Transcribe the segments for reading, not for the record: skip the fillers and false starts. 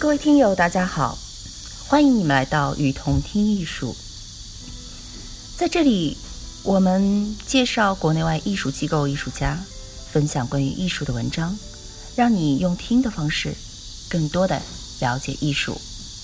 各位听友大家好，欢迎你们来到雨桐听艺术。在这里我们介绍国内外艺术机构艺术家，分享关于艺术的文章，让你用听的方式更多的了解艺术。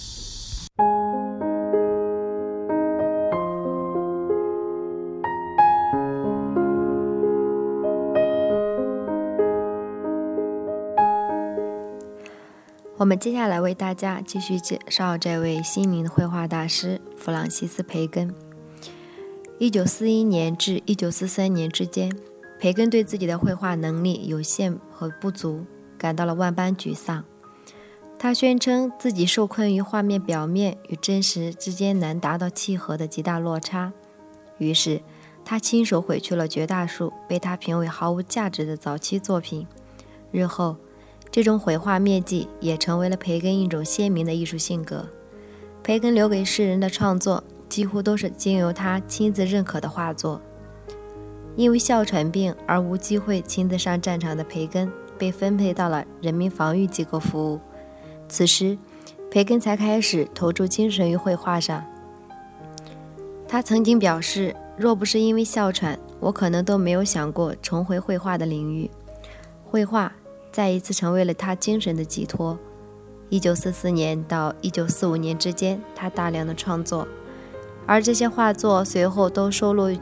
我们接下来为大家继续介绍这位新明的绘画大师弗朗西斯·培根。1941年至1943年之间，培根对自己的绘画能力有限和不足感到了万般沮丧。他宣称自己受困于画面表面与真实之间难达到契合的极大落差，于是他亲手毁去了绝大数被他评为毫无价值的早期作品。日后这种毁画灭迹也成为了培根一种鲜明的艺术性格。培根留给世人的创作几乎都是经由他亲自认可的画作。因为哮喘病而无机会亲自上战场的培根被分配到了人民防御机构服务，此时培根才开始投注精神于绘画上。他曾经表示，若不是因为哮喘，我可能都没有想过重回绘画的领域。绘画再一次成为了他精神的寄托。1944年到1945年之间，他大量的创作，而这些画作随后都收录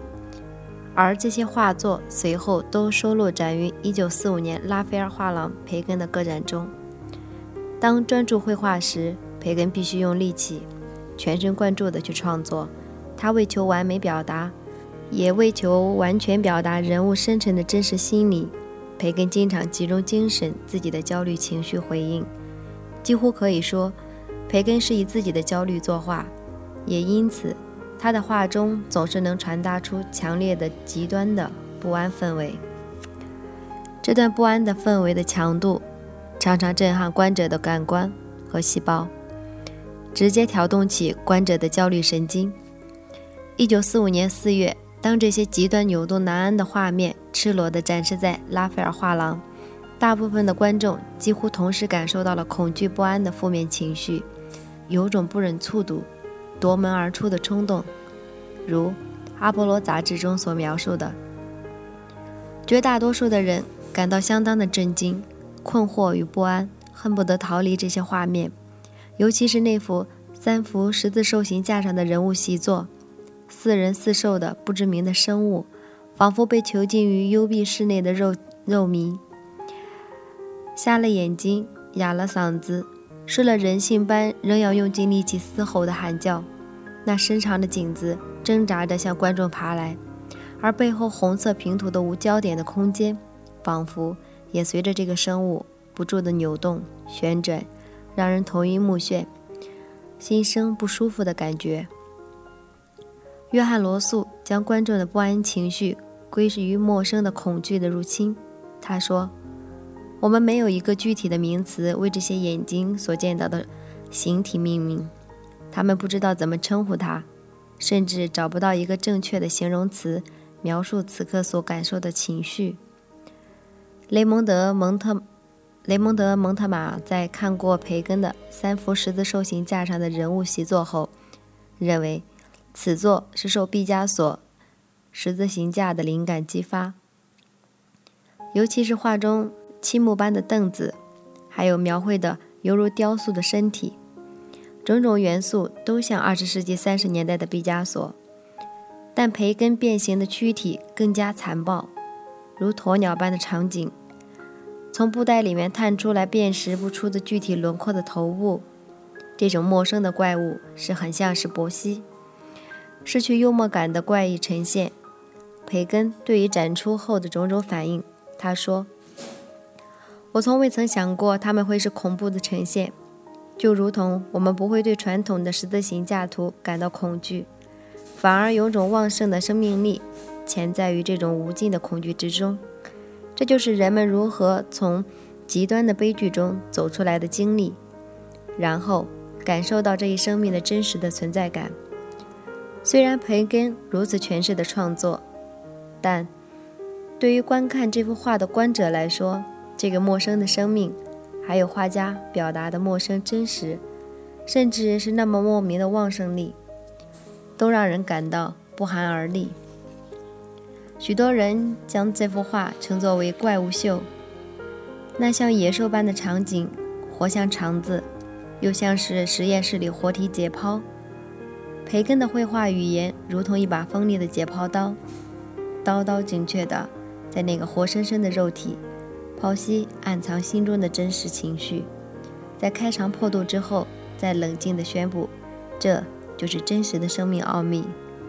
展于1945年拉斐尔画廊培根的个展中。当专注绘画时，培根必须用力气，全神贯注地去创作。他为求完美表达，也为求完全表达人物深沉的真实心理，培根经常集中精神自己的焦虑情绪回应。几乎可以说，培根是以自己的焦虑作画，也因此他的画中总是能传达出强烈的极端的不安氛围。这段不安的氛围的强度常常震撼观者的感官和细胞，直接挑动起观者的焦虑神经。1945年4月，当这些极端扭动难安的画面赤裸地展示在拉斐尔画廊，大部分的观众几乎同时感受到了恐惧不安的负面情绪，有种不忍卒睹、夺门而出的冲动，如《阿波罗》杂志中所描述的。绝大多数的人感到相当的震惊、困惑与不安，恨不得逃离这些画面，尤其是那幅3幅十字兽形架上的人物习作，4人4兽的不知名的生物，仿佛被囚禁于幽闭室内的肉迷，瞎了眼睛，哑了嗓子，失了人性般仍要用尽力气嘶吼的喊叫。那伸长的颈子挣扎着向观众爬来，而背后红色平涂的无焦点的空间，仿佛也随着这个生物不住的扭动旋转，让人头晕目眩，心生不舒服的感觉。约翰·罗素将观众的不安情绪归结于陌生的恐惧的入侵。他说，我们没有一个具体的名词为这些眼睛所见到的形体命名，他们不知道怎么称呼它，甚至找不到一个正确的形容词描述此刻所感受的情绪。雷蒙德·蒙特马在看过培根的3幅十字兽形架上的人物习作后，认为此作是受毕加索十字形架的灵感激发，尤其是画中漆木般的凳子，还有描绘的犹如雕塑的身体，种种元素都像20世纪30年代的毕加索，但培根变形的躯体更加残暴，如鸵鸟般的场景，从布袋里面探出来辨识不出的具体轮廓的头部，这种陌生的怪物是很像是伯希。失去幽默感的怪异呈现。培根对于展出后的种种反应，他说，我从未曾想过他们会是恐怖的呈现，就如同我们不会对传统的十字形架图感到恐惧，反而有种旺盛的生命力潜在于这种无尽的恐惧之中。这就是人们如何从极端的悲剧中走出来的经历，然后感受到这一生命的真实的存在感。虽然培根如此诠释的创作，但对于观看这幅画的观者来说，这个陌生的生命还有画家表达的陌生真实，甚至是那么莫名的旺盛力，都让人感到不寒而栗。许多人将这幅画称作为怪物秀，那像野兽般的场景，活像肠子，又像是实验室里活体解剖。培根的绘画语言如同一把锋利的解剖刀，刀刀精确地在那个活生生的肉体剖析暗藏心中的真实情绪，在开肠破肚之后，再冷静地宣布，这就是真实的生命奥秘。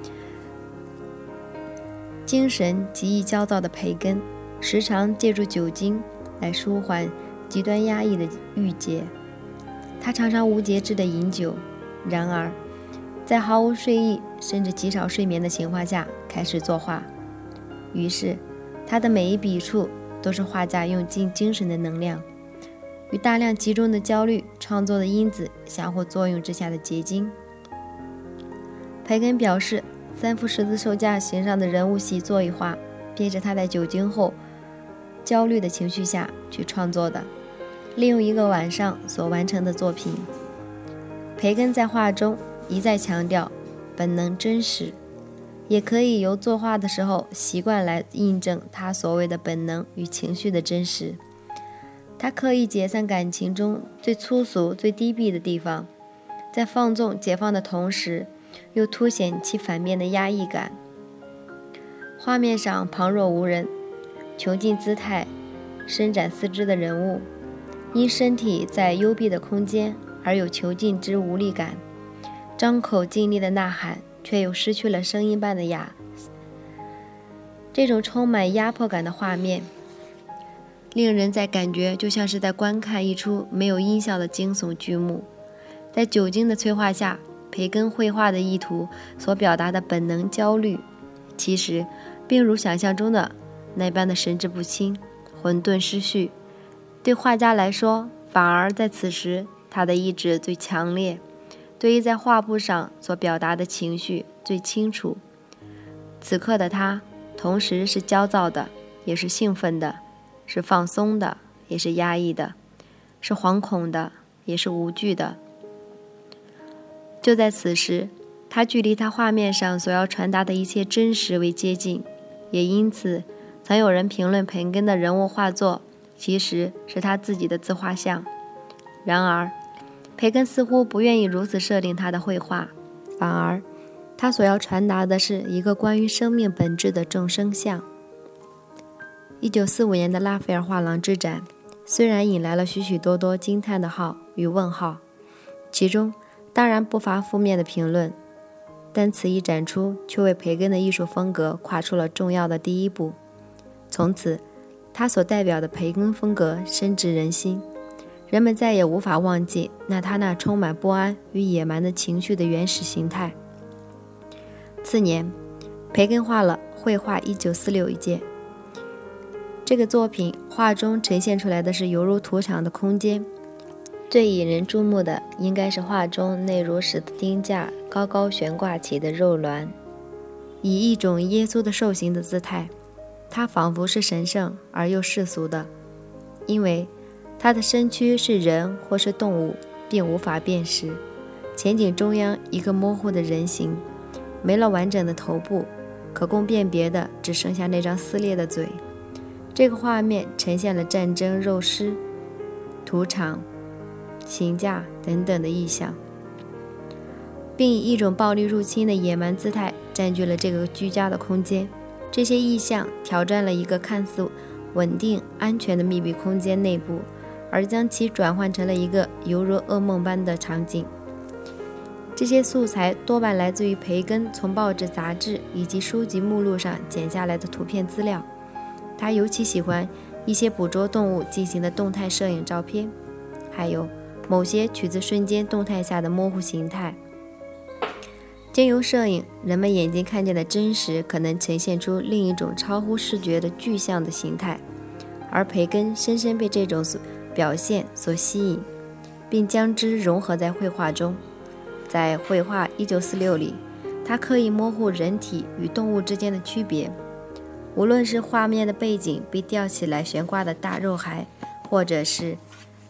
精神极易焦躁的培根，时常借助酒精来舒缓极端压抑的郁结。他常常无节制地饮酒，然而在毫无睡意甚至极少睡眠的情况下开始作画。于是他的每一笔触都是画家用尽精神的能量与大量集中的焦虑创作的因子相互作用之下的结晶。培根表示，3幅十字绶架形上的人物习作一画，便是他在酒精后焦虑的情绪下去创作的，利用1个晚上所完成的作品。培根在画中一再强调本能真实，也可以由作画的时候习惯来印证他所谓的本能与情绪的真实。他刻意解散感情中最粗俗最低鄙的地方，在放纵解放的同时又凸显其反面的压抑感。画面上旁若无人，穷尽姿态伸展四肢的人物，因身体在幽闭的空间而有囚禁之无力感，张口尽力的呐喊，却又失去了声音般的哑。这种充满压迫感的画面，令人在感觉就像是在观看一出没有音效的惊悚剧目。在酒精的催化下，培根绘画的意图所表达的本能焦虑，其实并如想象中的那般的神志不清、混沌失序。对画家来说，反而在此时他的意志最强烈，对于在画布上所表达的情绪最清楚。此刻的他同时是焦躁的，也是兴奋的，是放松的，也是压抑的，是惶恐的，也是无惧的。就在此时，他距离他画面上所要传达的一切真实为接近，也因此曾有人评论培根的人物画作其实是他自己的自画像。然而培根似乎不愿意如此设定他的绘画，反而他所要传达的是一个关于生命本质的众生相。1945年的拉斐尔画廊之展虽然引来了许许多多惊叹的号与问号，其中当然不乏负面的评论，但此一展出却为培根的艺术风格跨出了重要的第一步。从此他所代表的培根风格深植人心，人们再也无法忘记他那充满不安与野蛮的情绪的原始形态。次年，培根画了绘画1946一届，这个作品画中呈现出来的是犹如土场的空间，最引人注目的应该是画中那如石的钉架高高悬挂起的肉卵，以一种耶稣的受刑的姿态，它仿佛是神圣而又世俗的，因为它的身躯是人或是动物并无法辨识，前颈中央一个模糊的人形，没了完整的头部，可供辨别的只剩下那张撕裂的嘴。这个画面呈现了战争、肉尸、土场、刑架等等的意象，并以一种暴力入侵的野蛮姿态占据了这个居家的空间。这些意象挑战了一个看似稳定安全的密闭空间内部，而将其转换成了一个犹如噩梦般的场景。这些素材多半来自于培根从报纸、杂志以及书籍目录上剪下来的图片资料。他尤其喜欢一些捕捉动物进行的动态摄影照片，还有某些取自瞬间动态下的模糊形态。经由摄影，人们眼睛看见的真实可能呈现出另一种超乎视觉的具象的形态，而培根深深被这种表现所吸引，并将之融合在绘画中。在绘画1946里，他刻意模糊人体与动物之间的区别，无论是画面的背景被吊起来悬挂的大肉骸，或者是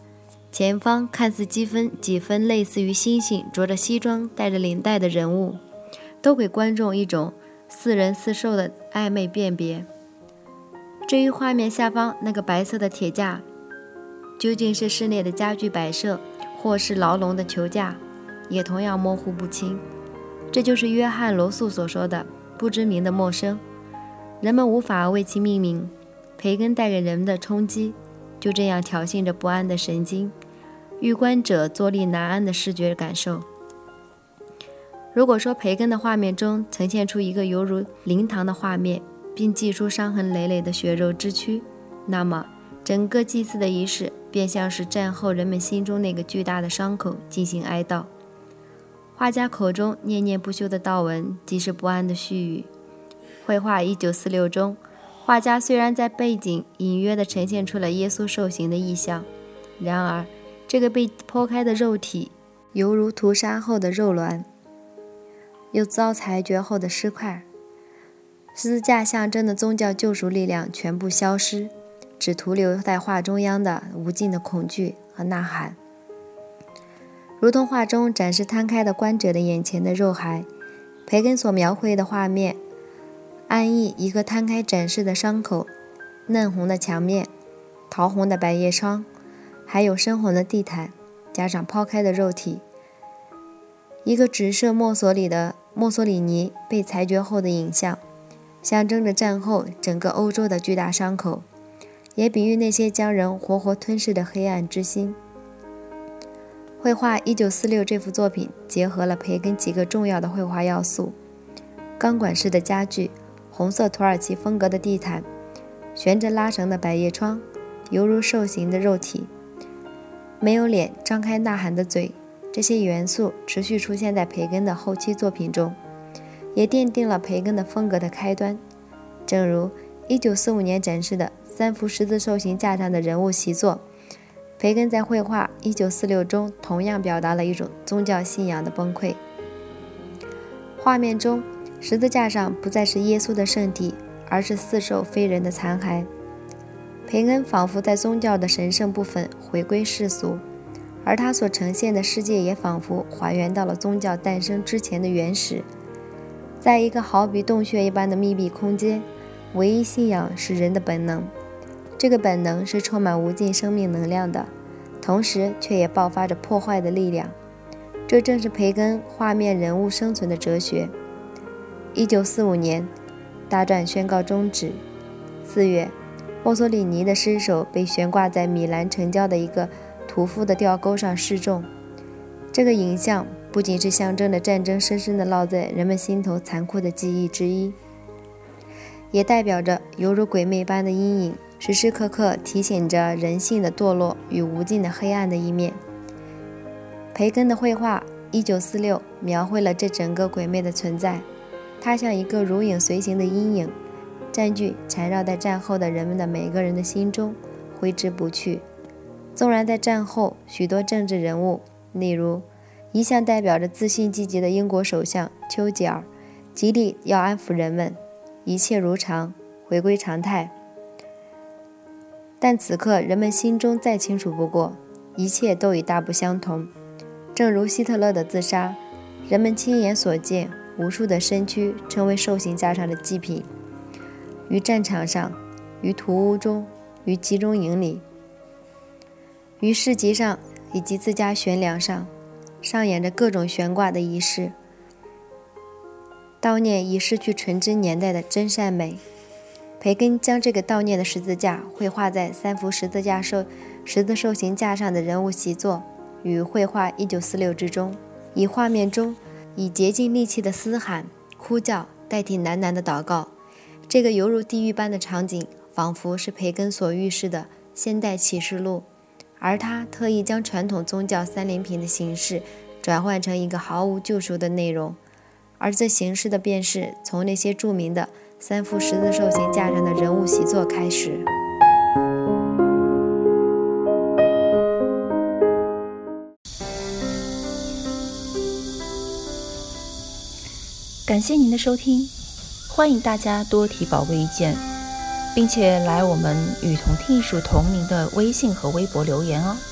前方看似几分类似于猩猩着着西装戴着领带的人物，都给观众一种似人似兽的暧昧辨别。至于画面下方那个白色的铁架，究竟是室内的家具摆设，或是牢笼的球架，也同样模糊不清。这就是约翰·罗素所说的不知名的陌生，人们无法为其命名。培根带给人们的冲击，就这样挑衅着不安的神经，遇观者坐立难安的视觉感受。如果说培根的画面中呈现出一个犹如灵堂的画面，并祭出伤痕累累的血肉之躯，那么整个祭祀的仪式便像是战后人们心中那个巨大的伤口进行哀悼。画家口中念念不休的悼文，即是不安的絮语。绘画1946中，画家虽然在背景隐约地呈现出了耶稣受刑的意象，然而这个被剖开的肉体犹如屠杀后的肉卵，又遭裁决后的尸块。十字架象征的宗教救赎力量全部消失，只徒留在画中央的无尽的恐惧和呐喊。如同画中展示摊开的观者的眼前的肉骸，培根所描绘的画面安逸一个摊开展示的伤口，嫩红的墙面，桃红的百叶窗，还有深红的地毯，加上抛开的肉体，一个直射墨索里尼被裁决后的影像，象征着战后整个欧洲的巨大伤口，也比喻那些将人活活吞噬的黑暗之心。绘画1946这幅作品结合了培根几个重要的绘画要素：钢管式的家具，红色土耳其风格的地毯，悬着拉绳的百叶窗，犹如受刑的肉体，没有脸张开呐喊的嘴。这些元素持续出现在培根的后期作品中，也奠定了培根的风格的开端。正如1945年展示的3幅十字受刑架上的人物习作，培根在绘画1946中同样表达了一种宗教信仰的崩溃。画面中，十字架上不再是耶稣的圣体，而是4受非人的残骸。培根仿佛在宗教的神圣部分回归世俗，而他所呈现的世界也仿佛还原到了宗教诞生之前的原始。在一个好比洞穴一般的密闭空间，唯一信仰是人的本能，这个本能是充满无尽生命能量的，同时却也爆发着破坏的力量。这正是培根画面人物生存的哲学。1945年，大战宣告终止。4月，墨索里尼的尸首被悬挂在米兰城郊的一个屠夫的吊钩上示众。这个影像不仅是象征着战争深深地烙在人们心头残酷的记忆之一，也代表着犹如鬼魅般的阴影，时时刻刻提醒着人性的堕落与无尽的黑暗的一面。培根的绘画1946描绘了这整个鬼魅的存在，它像一个如影随形的阴影，占据缠绕在战后的人们的每个人的心中，挥之不去。纵然在战后，许多政治人物，例如一向代表着自信积极的英国首相丘吉尔，极力要安抚人们，一切如常，回归常态。但此刻人们心中再清楚不过，一切都已大不相同。正如希特勒的自杀，人们亲眼所见，无数的身躯成为受刑架上的祭品，于战场上，于屠屋中，于集中营里，于市集上以及自家悬梁上，上演着各种悬挂的仪式，悼念已失去纯真年代的真善美。培根将这个悼念的十字架绘画在3幅十字受刑架上的人物习作与绘画1946之中，以画面中以竭尽力气的嘶喊、哭叫代替喃喃的祷告。这个犹如地狱般的场景，仿佛是培根所预示的现代启示录，而他特意将传统宗教三连评的形式转换成一个毫无救赎的内容，而这形式的便是从那些著名的3幅十字受刑架上的人物习作开始。 感谢您的收听，欢迎大家多提宝贵意见，并且来我们与同听艺术同名的微信和微博留言哦。